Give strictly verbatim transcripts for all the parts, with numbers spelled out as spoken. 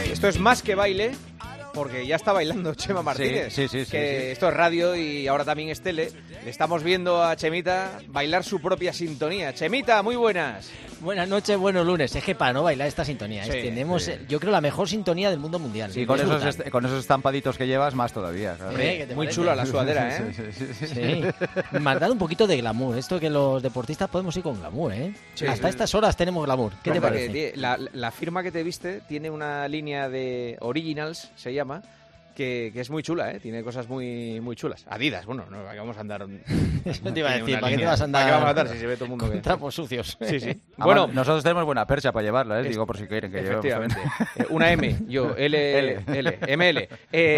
esto es más que baile, porque ya está bailando Chema Martínez. Sí, sí, sí, que sí, sí. Esto es radio y ahora también es tele. Le estamos viendo a Chemita bailar su propia sintonía. Chemita, muy buenas. Buenas noches, buenos lunes. Es que para no bailar esta sintonía, Sí, es, tenemos, sí. yo creo, la mejor sintonía del mundo mundial. Sí, con esos, Disfrutar. est- con esos estampaditos que llevas, más todavía. Claro. ¿Eh? ¿Qué te Muy parece? chula la sudadera, ¿eh? Sí, sí, sí, sí. Sí. Me has dado un poquito de glamour. Esto que los deportistas podemos ir con glamour, ¿eh? Sí. Hasta estas horas tenemos glamour. ¿Qué te Anda, parece? que tie- La, la firma que te viste tiene una línea de Originals, se llama, que, que es muy chula, ¿eh? Tiene cosas muy muy chulas. Adidas, bueno, no, ¿para qué vamos a andar? Eso te iba a Tiene decir, una ¿para qué te línea. vas a andar? ¿Para qué vamos a andar si se ve todo el mundo con que... trapos sucios. Sí, sí. Además, Bueno, nosotros tenemos buena percha para llevarla, ¿eh? Es- Digo, por si quieren que llevemos efectivamente. también. Eh, Una M, yo, L, L, L, M L.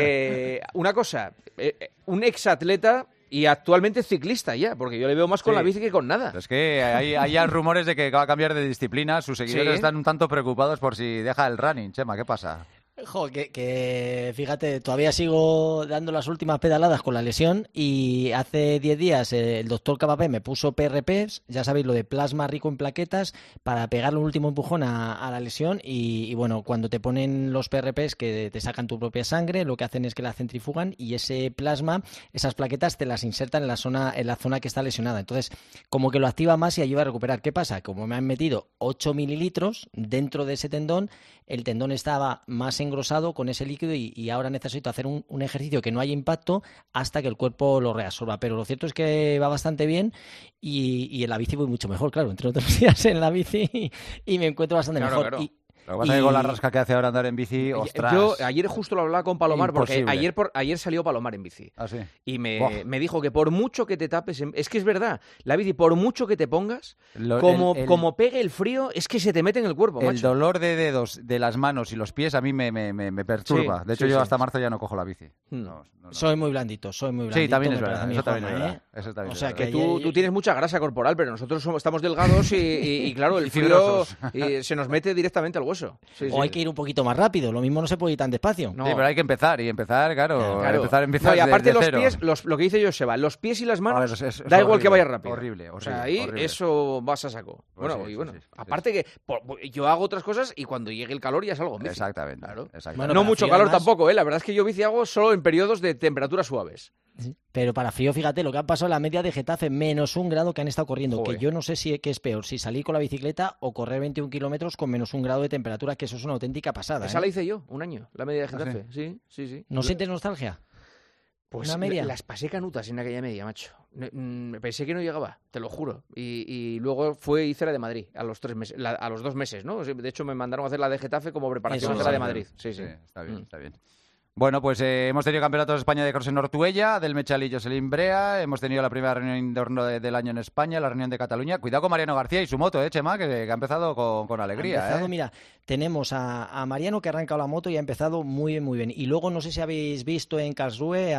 Eh, una cosa, eh, eh, un exatleta y actualmente ciclista ya, porque yo le veo más con Sí. la bici que con nada. Pero es que hay, hay ya rumores de que va a cambiar de disciplina. Sus seguidores Sí. están un tanto preocupados por si deja el running. Chema, ¿qué pasa? Jo, que, que fíjate, todavía sigo dando las últimas pedaladas con la lesión y hace diez días eh, el doctor Capapé me puso P R Ps, ya sabéis, lo de plasma rico en plaquetas, para pegarle un último empujón a, a la lesión y, y bueno, cuando te ponen los P R Ps que te sacan tu propia sangre, lo que hacen es que la centrifugan y ese plasma, esas plaquetas te las insertan en la zona, en la zona que está lesionada. Entonces, como que lo activa más y ayuda a recuperar. ¿Qué pasa? Como me han metido ocho mililitros dentro de ese tendón, el tendón estaba más engrosado con ese líquido y, y ahora necesito hacer un, un ejercicio que no haya impacto hasta que el cuerpo lo reabsorba. Pero lo cierto es que va bastante bien y, y en la bici voy mucho mejor, claro. Entre otros días en la bici y, y me encuentro bastante Claro, mejor. claro. Y, Lo que pasa es que con la rasca que hace ahora andar en bici, ostras. Yo ayer justo lo hablaba con Palomar, porque Imposible. ayer, por, ayer salió Palomar en bici. Ah, sí. Y me, Buah. me dijo que por mucho que te tapes, en- es que es verdad, la bici, por mucho que te pongas, Lo- como, el- el- como pegue el frío, es que se te mete en el cuerpo, El macho. dolor de dedos de las manos y los pies a mí me, me, me, me perturba. Sí, de hecho, sí, yo sí. hasta marzo ya no cojo la bici. Mm. No, no, no. soy muy blandito, soy muy blandito. Sí, también me es verdad. parece a mí, Eso también es Juanma, verdad. ¿eh? Eso también O es sea, verdad. Que que tú, yo- tú tienes mucha grasa corporal, pero nosotros somos, estamos delgados y, y- y, claro, el Y frío fibrosos. y se nos mete directamente al hueso. Sí, O sí. hay que ir un poquito más rápido, lo mismo no se puede ir tan despacio. No. Sí, pero hay que empezar y empezar, claro. Claro. Empezar, empezar No, y de- aparte de los cero. pies, los, lo que dice Joseba, los pies y las manos, A ver, es- es- es da igual que horrible, vaya rápido. horrible, O sea, horrible, ahí horrible. eso vas a saco. Pues bueno, sí, y sí, bueno, sí, sí, aparte que por- yo hago otras cosas y cuando llegue el calor ya salgo en bici. Exactamente. Claro. exactamente. Bueno, No para mucho frío, calor además- tampoco, ¿eh? La verdad es que yo bici hago solo en periodos de temperaturas suaves. Sí. Pero para frío, fíjate, lo que ha pasado en la media de Getafe, menos un grado que han estado corriendo, Joder. que yo no sé si qué es peor, si salir con la bicicleta o correr veintiún kilómetros con menos un grado de temperatura, que eso es una auténtica pasada. Esa ¿eh? la hice yo, un año, la media de ¿Ah, Getafe. sí, sí, sí. ¿No sientes nostalgia? Pues ¿Una media? la- las pasé canutas en aquella media, macho. Ne- mm, Pensé que no llegaba, te lo juro. Y, y luego fue hice la de Madrid a los tres meses, la- a los dos meses, ¿no? O sea, de hecho, me mandaron a hacer la de Getafe como preparación Eso de la sí. de Madrid. Sí, sí. Está bien, Mm. está bien. Bueno, pues eh, hemos tenido campeonatos de España de cross en Ortuella, del Mechal y Jocelyn Brea. Hemos tenido la primera reunión invierno de- del año en España, la reunión de Cataluña. Cuidado con Mariano García y su moto, ¿eh, Chema? Que, que ha empezado con, con Ha alegría, empezado, ¿eh? mira, tenemos a, a Mariano que ha arrancado la moto y ha empezado muy bien, muy bien. Y luego no sé si habéis visto en Karlsruhe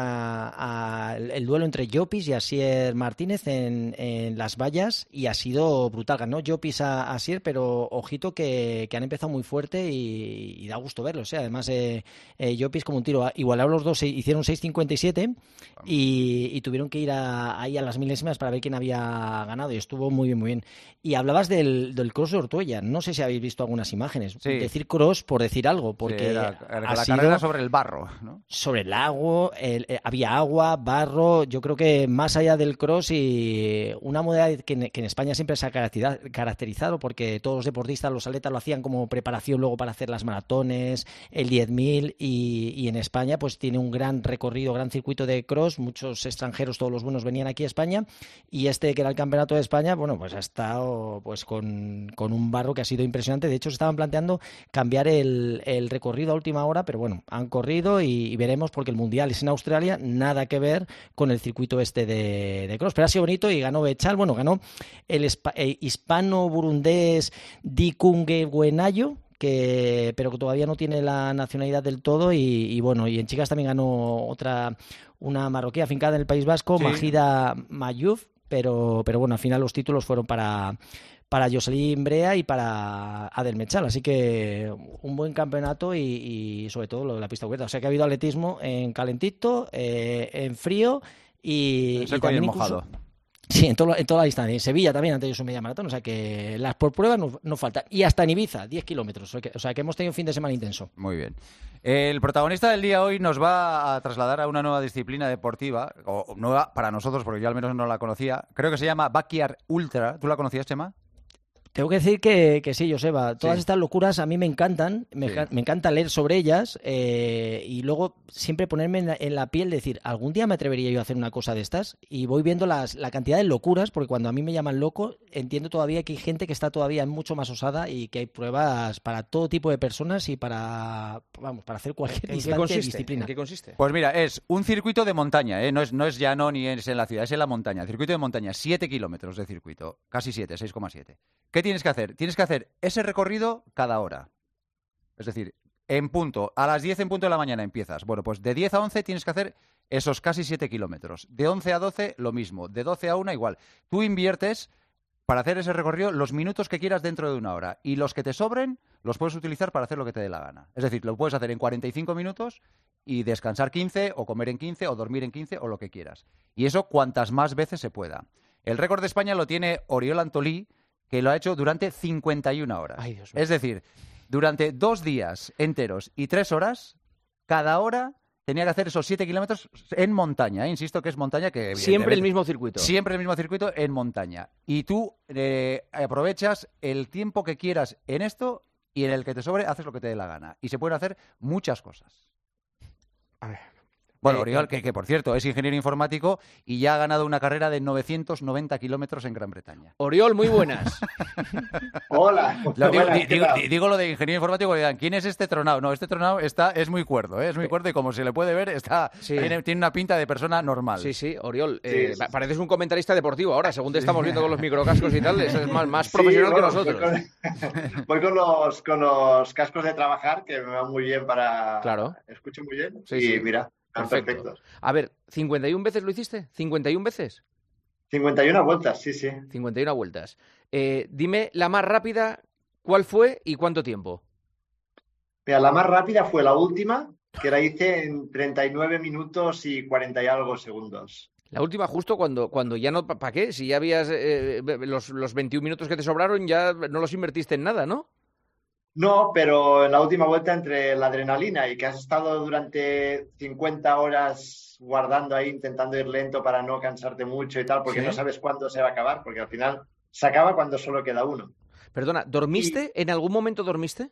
a- a el, el duelo entre Llopis y Asier Martínez en, en las vallas y ha sido brutal. Ganó Llopis a Asier, pero ojito que, que han empezado muy fuerte y, y da gusto verlo. O sea, además, eh, eh, Llopis como un tiro. Igualaron los dos, se hicieron seis cincuenta y siete y, y tuvieron que ir a, ahí a las milésimas para ver quién había ganado y estuvo muy bien, muy bien. Y hablabas del, del cross de Ortuella. No sé si habéis visto algunas imágenes. Sí. Decir cross por decir algo, porque Sí, era- era ha la sido carrera sobre el barro, ¿no? sobre el lago, el- eh, había agua, barro. Yo creo que más allá del cross y una modalidad que en, que en España siempre se ha caracteriza- caracterizado porque todos los deportistas, los atletas lo hacían como preparación luego para hacer las maratones, el diez mil y, y en España pues tiene un gran recorrido, gran circuito de cross. Muchos extranjeros, todos los buenos venían aquí a España y este que era el campeonato de España, bueno, pues ha estado pues con, con un barro que ha sido impresionante. De hecho, se estaban planteando cambiar el, el recorrido a última hora, pero bueno, han corrido y, y veremos porque el Mundial es en Australia, nada que ver con el circuito este de, de cross. Pero ha sido bonito y ganó Bechal, bueno, ganó el, espa- el hispano-burundés Dikunge Buenayo, que pero que todavía no tiene la nacionalidad del todo y, y bueno, y en chicas también ganó otra, una marroquí afincada en el País Vasco, Sí. Majida Mayuf, pero, pero bueno, al final los títulos fueron para para Jocelyn Brea y para Adel Mechal, así que un buen campeonato y, y sobre todo lo de la pista cubierta. O sea que ha habido atletismo en calentito, eh, en frío y, En y seco y también en incluso mojado. Sí, en, todo, en toda la distancia. En Sevilla también han tenido su media maratón, o sea que las por pruebas no, no faltan. Y hasta en Ibiza, diez kilómetros. O sea, que, o sea que hemos tenido un fin de semana intenso. Muy bien. El protagonista del día hoy nos va a trasladar a una nueva disciplina deportiva, o nueva para nosotros, porque yo al menos no la conocía. Creo que se llama Backyard Ultra. ¿Tú la conocías, Chema? Tengo que decir que, que sí, Joseba, todas Sí. estas locuras a mí me encantan, me, Sí. me encanta leer sobre ellas eh, y luego siempre ponerme en la, en la piel, decir, algún día me atrevería yo a hacer una cosa de estas y voy viendo las, la cantidad de locuras, porque cuando a mí me llaman loco, entiendo todavía que hay gente que está todavía mucho más osada y que hay pruebas para todo tipo de personas y para, vamos, para hacer cualquier ¿En qué distancia y consiste? disciplina. ¿En qué consiste? Pues mira, es un circuito de montaña, ¿eh? no, es, no es llano ni es en la ciudad, es en la montaña. Circuito de montaña, siete kilómetros de circuito, casi siete, seis coma siete. ¿Qué tienes que hacer? Tienes que hacer ese recorrido cada hora. Es decir, en punto, a las diez en punto de la mañana empiezas. Bueno, pues de diez a once tienes que hacer esos casi siete kilómetros. De once a doce, lo mismo. De doce a una, igual. Tú inviertes para hacer ese recorrido los minutos que quieras dentro de una hora. Y los que te sobren, los puedes utilizar para hacer lo que te dé la gana. Es decir, lo puedes hacer en cuarenta y cinco minutos y descansar quince, o comer en quince, o dormir en quince, o lo que quieras. Y eso cuantas más veces se pueda. El récord de España lo tiene Oriol Antolí, que lo ha hecho durante cincuenta y una horas. Ay, Dios mío. Es decir, durante dos días enteros y tres horas, cada hora tenía que hacer esos siete kilómetros en montaña. ¿eh? Insisto que es montaña que... Siempre el evidentemente, mismo circuito. Siempre el mismo circuito en montaña. Y tú eh, aprovechas el tiempo que quieras en esto y en el que te sobre haces lo que te dé la gana. Y se pueden hacer muchas cosas. A ver. Bueno, Eh, Oriol, que, que por cierto es ingeniero informático y ya ha ganado una carrera de novecientos noventa kilómetros en Gran Bretaña. Oriol, muy buenas. Hola. Lo digo, Buenas, di- ¿qué digo- tal? di- digo lo de ingeniero informático, dirán, ¿quién es este tronado? No, este tronado está, es muy cuerdo, ¿eh? es muy cuerdo y como se le puede ver, está, Sí. tiene, tiene una pinta de persona normal. Sí, sí, Oriol, Sí, eh, sí, pa- sí. pareces un comentarista deportivo ahora, según te estamos viendo con los microcascos y tal, eso es más, más profesional Sí, que bueno, nosotros. Voy con, voy con los, con los cascos de trabajar que me van muy bien para... Claro. Escucho muy bien Sí, y sí. mira, están Perfecto. perfectos. A ver, ¿cincuenta y una veces lo hiciste? ¿cincuenta y una veces? cincuenta y una vueltas, sí, sí. cincuenta y una vueltas. Eh, dime la más rápida, ¿cuál fue y cuánto tiempo? Mira, la más rápida fue la última, que la hice en treinta y nueve minutos y cuarenta y algo segundos. La última justo cuando, cuando ya no... ¿Para qué? Si ya habías... eh, los, los veintiún minutos que te sobraron ya no los invertiste en nada, ¿no? No, pero en la última vuelta entre la adrenalina y que has estado durante cincuenta horas guardando ahí, intentando ir lento para no cansarte mucho y tal, porque ¿Sí? no sabes cuándo se va a acabar, porque al final se acaba cuando solo queda uno. Perdona, ¿dormiste? ¿En algún momento dormiste?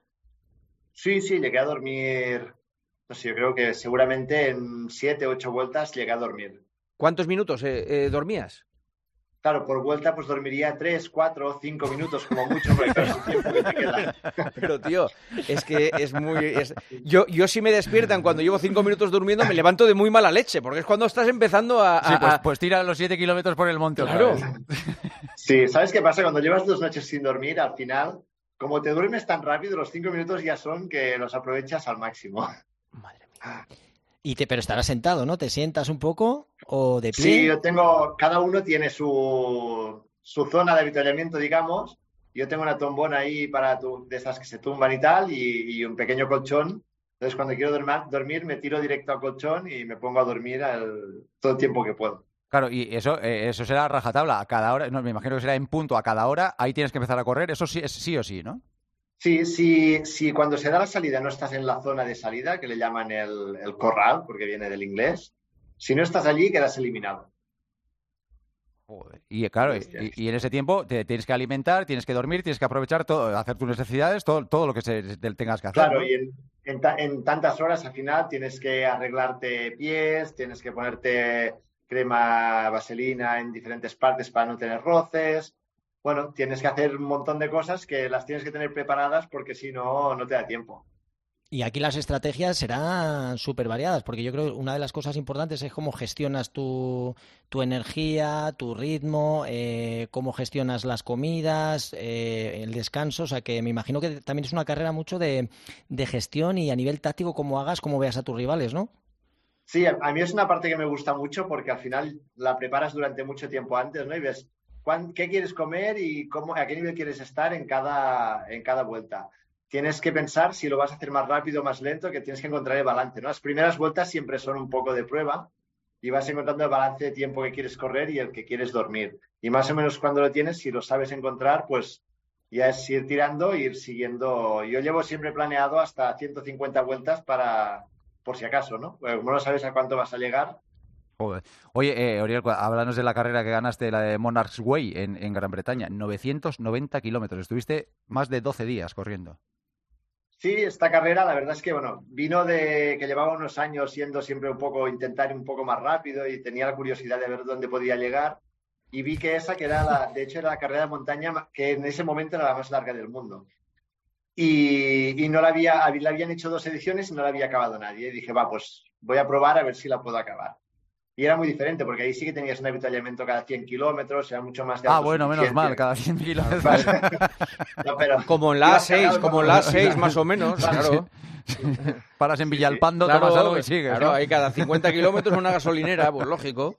Sí, sí, llegué a dormir, no sé, yo creo que seguramente en siete, ocho vueltas llegué a dormir. ¿Cuántos minutos eh, eh, dormías? Claro, por vuelta pues dormiría tres, cuatro, cinco minutos como mucho, porque claro, es el tiempo que te queda. Pero, tío, es que es muy... es- Yo, yo si me despiertan cuando llevo cinco minutos durmiendo me levanto de muy mala leche, porque es cuando estás empezando a... a- Sí, pues, a- pues tira los siete kilómetros por el monte otra Claro. vez. Sí, ¿sabes qué pasa? Cuando llevas dos noches sin dormir, al final, como te duermes tan rápido, los cinco minutos ya son que los aprovechas al máximo. Madre mía. Y te, pero estarás sentado, ¿no? ¿Te sientas un poco o de pie? Sí, yo tengo, cada uno tiene su, su zona de avituallamiento, digamos. Yo tengo una tombona ahí para tu- de esas que se tumban y tal, y, y un pequeño colchón. Entonces, cuando quiero dormir, dormir, me tiro directo al colchón y me pongo a dormir al- todo el tiempo que puedo. Claro, y eso, eh, eso será rajatabla. A cada hora, no, me imagino que será en punto a cada hora, ahí tienes que empezar a correr. Eso sí, es sí o sí, ¿no? Sí, sí, sí, cuando se da la salida no estás en la zona de salida, que le llaman el, el corral, porque viene del inglés. Si no estás allí, quedas eliminado. Joder. Y claro, Hostia. y, y en ese tiempo te tienes que alimentar, tienes que dormir, tienes que aprovechar todo, hacer tus necesidades, todo, todo lo que se, te- tengas que hacer. Claro, ¿no? y en, en ta- en tantas horas al final tienes que arreglarte pies, tienes que ponerte crema vaselina en diferentes partes para no tener roces. Bueno, tienes que hacer un montón de cosas que las tienes que tener preparadas porque si no, no te da tiempo. Y aquí las estrategias serán súper variadas, porque yo creo que una de las cosas importantes es cómo gestionas tu, tu energía, tu ritmo, eh, cómo gestionas las comidas, eh, el descanso. O sea, que me imagino que también es una carrera mucho de, de gestión y a nivel táctico, cómo hagas, cómo veas a tus rivales, ¿no? Sí, a, a mí es una parte que me gusta mucho porque al final la preparas durante mucho tiempo antes, ¿no? Y ves cuán- qué quieres comer y cómo, a qué nivel quieres estar en cada, en cada vuelta. Tienes que pensar si lo vas a hacer más rápido o más lento, que tienes que encontrar el balance, ¿no? Las primeras vueltas siempre son un poco de prueba y vas encontrando el balance de tiempo que quieres correr y el que quieres dormir. Y más o menos cuando lo tienes, si lo sabes encontrar, pues ya es ir tirando e ir siguiendo. Yo llevo siempre planeado hasta ciento cincuenta vueltas para, por si acaso, ¿no? Porque como no sabes a cuánto vas a llegar. Joder. Oye, eh, Oriol, háblanos de la carrera que ganaste, la de Monarch's Way en, en Gran Bretaña. novecientos noventa kilómetros. Estuviste más de doce días corriendo. Sí, esta carrera, la verdad es que, bueno, vino de que llevaba unos años siendo siempre un poco, intentar un poco más rápido y tenía la curiosidad de ver dónde podía llegar. Y vi que esa, que era la, de hecho, era la carrera de montaña que en ese momento era la más larga del mundo. Y, y no la había, la habían hecho dos ediciones y no la había acabado nadie. Y dije, va, pues voy a probar a ver si la puedo acabar. Y era muy diferente, porque ahí sí que tenías un avituallamiento cada cien kilómetros, era mucho más de Ah, bueno, menos mal, cada cien kilómetros. No, pero, como en la A seis, como en la A seis, más o menos, claro. Paras en Villalpando, Claro, tomas algo y sigues, claro, ¿no? hay cada cincuenta kilómetros una gasolinera, pues lógico.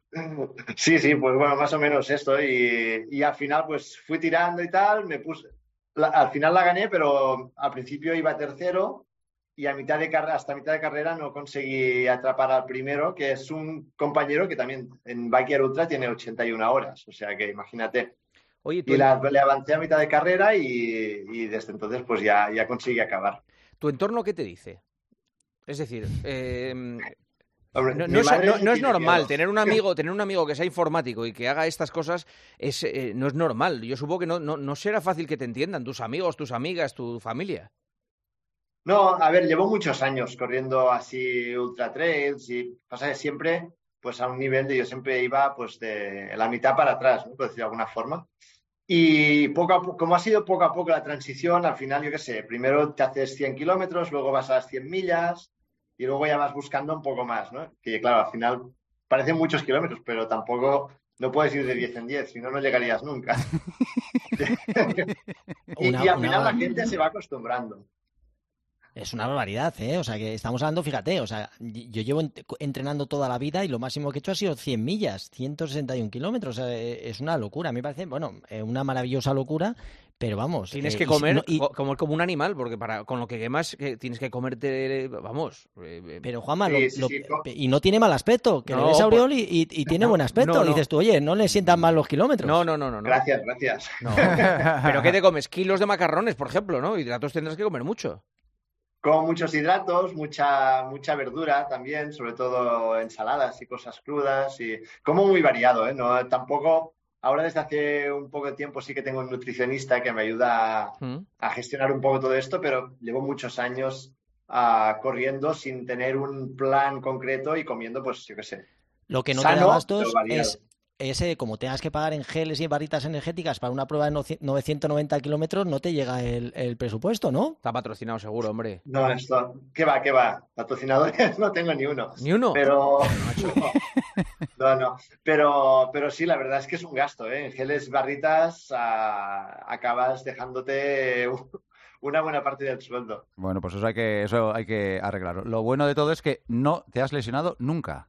Sí, sí, pues bueno, más o menos esto. Y, y al final, pues fui tirando y tal, me puse. La, al final la gané, pero al principio iba tercero y a mitad de carrera, hasta mitad de carrera no conseguí atrapar al primero, que es un compañero que también en Biker Ultra tiene ochenta y una horas. O sea que imagínate. Oye, tú y la, le avancé a mitad de carrera y, y desde entonces pues ya, ya conseguí acabar. ¿Tu entorno qué te dice? Es decir, eh, Hombre, no, mi no es, madre no- sí no es tiene normal miedo. tener un amigo, tener un amigo que sea informático y que haga estas cosas, es, eh, no es normal. Yo supongo que no, no, no será fácil que te entiendan tus amigos, tus amigas, tu familia. No, a ver, llevo muchos años corriendo así ultra trails y pasa que siempre, pues a un nivel de yo siempre iba pues de la mitad para atrás, ¿no? Por decirlo de alguna forma. Y poco a poco, como ha sido poco a poco la transición, al final, yo qué sé, primero te haces cien kilómetros, luego vas a las cien millas y luego ya vas buscando un poco más, ¿no? Que claro, al final parecen muchos kilómetros, pero tampoco no puedes ir de diez en diez, si no, no llegarías nunca. y, Una- y al una- final la gente se va acostumbrando. Es una barbaridad, ¿eh? O sea, que estamos hablando, fíjate, o sea, y- yo llevo ent- entrenando toda la vida y lo máximo que he hecho ha sido cien millas, ciento sesenta y un kilómetros. O sea, eh, es una locura. A mí me parece, bueno, eh, una maravillosa locura, pero vamos. Tienes eh, que y si- comer no- y- co- como, como un animal, porque para con lo que quemas eh, tienes que comerte, vamos. eh, eh, Pero Juanma, Sí, lo- sí, lo- sí, co- y no tiene mal aspecto, que le No, ves a pues- Oriol y, y- y tiene buen aspecto. No, no. Dices tú, oye, no le sientan mal los kilómetros. no, no, no, no, no. Gracias, gracias. No. ¿Pero qué te comes? Kilos de macarrones, por ejemplo, ¿no? Hidratos tendrás que comer mucho. Como muchos hidratos, mucha, mucha verdura también, sobre todo ensaladas y cosas crudas. Y como muy variado, ¿eh? No, tampoco, ahora desde hace un poco de tiempo sí que tengo un nutricionista que me ayuda a, Mm. a gestionar un poco todo esto, pero llevo muchos años ah, corriendo sin tener un plan concreto y comiendo, pues yo qué sé. Lo que no te Sano, da pero bastos variado. es ese, como tengas que pagar en geles y en barritas energéticas para una prueba de noci- novecientos noventa kilómetros, no te llega el, el presupuesto, ¿no? Está patrocinado seguro, hombre. No, esto, ¿qué va, qué va? Patrocinadores no tengo ni uno. ¿Ni uno? Pero no, no. Pero, pero sí, la verdad es que es un gasto, ¿eh? En geles, barritas, ah, acabas dejándote una buena parte del sueldo. Bueno, pues eso hay que, eso hay que arreglarlo. Lo bueno de todo es que no te has lesionado nunca.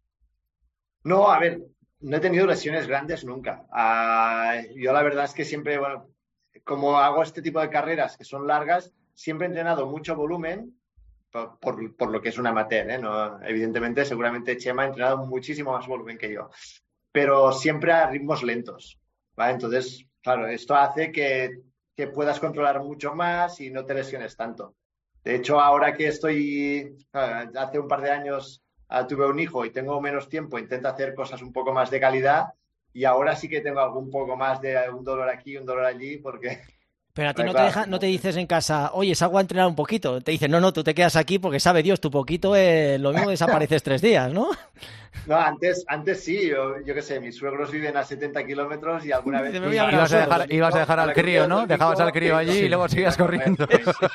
No, a ver, no he tenido lesiones grandes nunca. Ah, yo la verdad es que siempre, bueno, como hago este tipo de carreras que son largas, siempre he entrenado mucho volumen por, por, por lo que es un amateur, ¿eh? No, evidentemente, seguramente Chema ha entrenado muchísimo más volumen que yo, pero siempre a ritmos lentos, ¿vale? Entonces, claro, esto hace que, que puedas controlar mucho más y no te lesiones tanto. De hecho, ahora que estoy, ah, hace un par de años ah, tuve un hijo y tengo menos tiempo, intento hacer cosas un poco más de calidad y ahora sí que tengo algún poco más de un dolor aquí, un dolor allí, porque Pero a ti Pero no te claro, deja, sí, no te sí. dices en casa, oye, salgo a entrenar un poquito. Te dicen, no, no, tú te quedas aquí porque sabe Dios, tu poquito es lo mismo, desapareces tres días, ¿no? no, antes, antes sí, yo, yo qué sé, mis suegros viven a setenta kilómetros y alguna vez... Me fui voy a a- ver Ibas a nosotros. dejar, ibas a dejar al crío, ¿no? Dejabas al crío allí y luego seguías corriendo.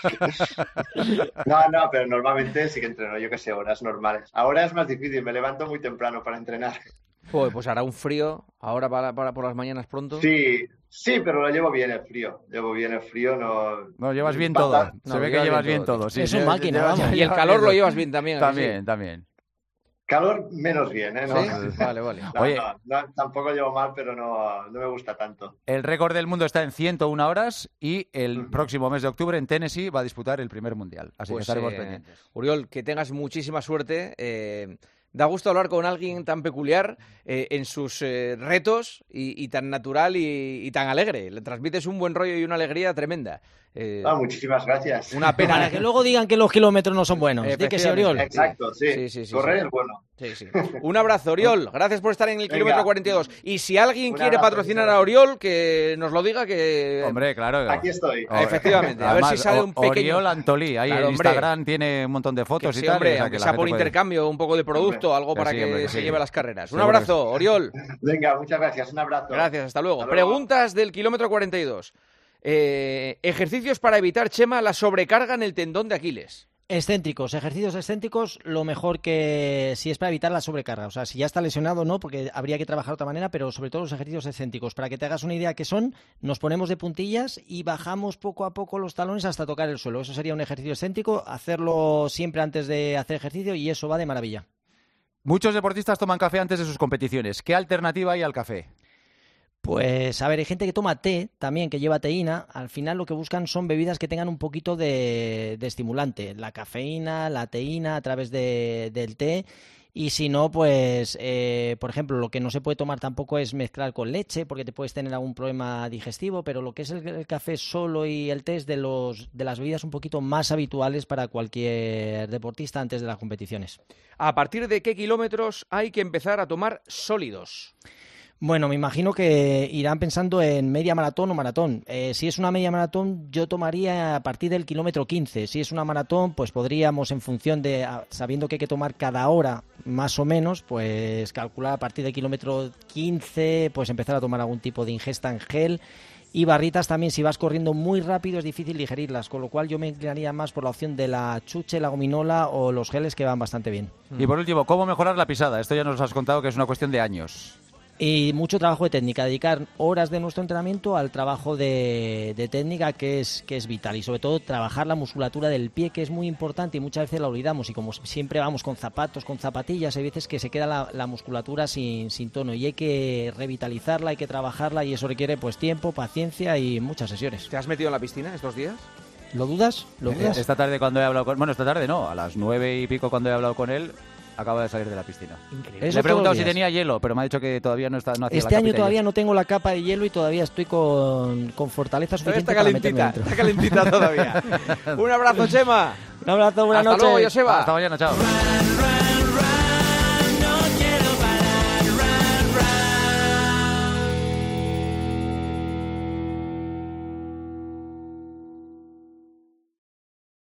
No, no, pero normalmente sí que entreno, yo qué sé, horas normales. Ahora es más difícil, me levanto muy temprano para entrenar. Joder, pues hará un frío ahora para, para por las mañanas pronto. Sí, sí, pero lo llevo bien el frío. Llevo bien el frío, no... No, llevas bien Basta- todo. No, Se ve que llevas llevas bien bien todo. todo. sí, Es sí, un máquina, llevas- vamos. Y el llevas calor bien lo todo. llevas bien también. ¿a que También, sí? también. Calor menos bien, ¿eh? No, ¿Sí? Vale, vale. no, Oye. no, no, tampoco llevo mal, pero no, no me gusta tanto. El récord del mundo está en ciento una horas y el Ujú. próximo mes de octubre en Tennessee va a disputar el primer mundial. Así que Pues, estaremos eh, pendientes. Uriol, que tengas muchísima suerte. eh, Da gusto hablar con alguien tan peculiar eh, en sus eh, retos y, y tan natural y, y tan alegre. Le transmites un buen rollo y una alegría tremenda. Eh, ah, muchísimas gracias. Una pena. Para que luego digan que los kilómetros no son buenos. Di que sí, Oriol. Exacto, sí. Sí, sí, sí, Correr sí. es bueno. Sí, sí. Un abrazo, Oriol. Gracias por estar en el Venga. kilómetro cuarenta y dos. Y si alguien Un quiere abrazo, patrocinar muchas a Oriol, que nos lo diga, que... Hombre, claro. Aquí estoy. Hombre. Efectivamente, a ver si sale un pequeño... Oriol Antolí, ahí Claro, en hombre. Instagram tiene un montón de fotos Que y sí, tal. hombre, o sea, aunque que la sea gente por puede- intercambio, un poco de producto, algo Que para sí, que hombre, que se sí. lleve las carreras. Un Seguro que abrazo, Oriol. Venga, muchas gracias. Un abrazo. Gracias, hasta luego. Hasta luego. Preguntas del kilómetro cuarenta y dos. Eh, ejercicios para evitar, Chema, la sobrecarga en el tendón de Aquiles. Excéntricos, ejercicios excéntricos, lo mejor que si es para evitar la sobrecarga. O sea, si ya está lesionado, no, porque habría que trabajar de otra manera, pero sobre todo los ejercicios excéntricos. Para que te hagas una idea que son, nos ponemos de puntillas y bajamos poco a poco los talones hasta tocar el suelo. Eso sería un ejercicio excéntrico, hacerlo siempre antes de hacer ejercicio y eso va de maravilla. Muchos deportistas toman café antes de sus competiciones. ¿Qué alternativa hay al café? Pues, a ver, hay gente que toma té también, que lleva teína. Al final lo que buscan son bebidas que tengan un poquito de, de estimulante. La cafeína, la teína a través de, del té. Y si no, pues, eh, por ejemplo, lo que no se puede tomar tampoco es mezclar con leche, porque te puedes tener algún problema digestivo, pero lo que es el, el café solo y el té es de, los, de las bebidas un poquito más habituales para cualquier deportista antes de las competiciones. ¿A partir de qué kilómetros hay que empezar a tomar sólidos? Bueno, me imagino que irán pensando en media maratón o maratón. Eh, si es una media maratón, yo tomaría a partir del kilómetro quince. Si es una maratón, pues podríamos, en función de, sabiendo que hay que tomar cada hora, más o menos, pues calcular a partir del kilómetro quince, pues empezar a tomar algún tipo de ingesta en gel. Y barritas también, si vas corriendo muy rápido es difícil digerirlas, con lo cual yo me inclinaría más por la opción de la chuche, la gominola o los geles, que van bastante bien. Y por último, ¿cómo mejorar la pisada? Esto ya nos has contado que es una cuestión de años. Y mucho trabajo de técnica, dedicar horas de nuestro entrenamiento al trabajo de, de técnica, que es, que es vital, y sobre todo trabajar la musculatura del pie, que es muy importante y muchas veces la olvidamos, y como siempre vamos con zapatos, con zapatillas, hay veces que se queda la, la musculatura sin, sin tono y hay que revitalizarla, hay que trabajarla, y eso requiere pues tiempo, paciencia y muchas sesiones. ¿Te has metido en la piscina estos días? ¿Lo dudas? ¿Lo dudas? Esta tarde cuando he hablado con... Bueno, esta tarde no, a las nueve y pico cuando he hablado con él, acaba de salir de la piscina. Increíble. Eso Le he preguntado todos si los días. tenía hielo, pero me ha dicho que todavía no, está, no hacía Este la año capita de todavía hielo. no tengo la capa de hielo y todavía estoy con, con fortaleza Todavía suficiente está para meterme calentita, dentro. está calentita todavía. Un abrazo, Chema. Un abrazo, buenas Hasta noches. luego, Joseba. Hasta mañana, chao.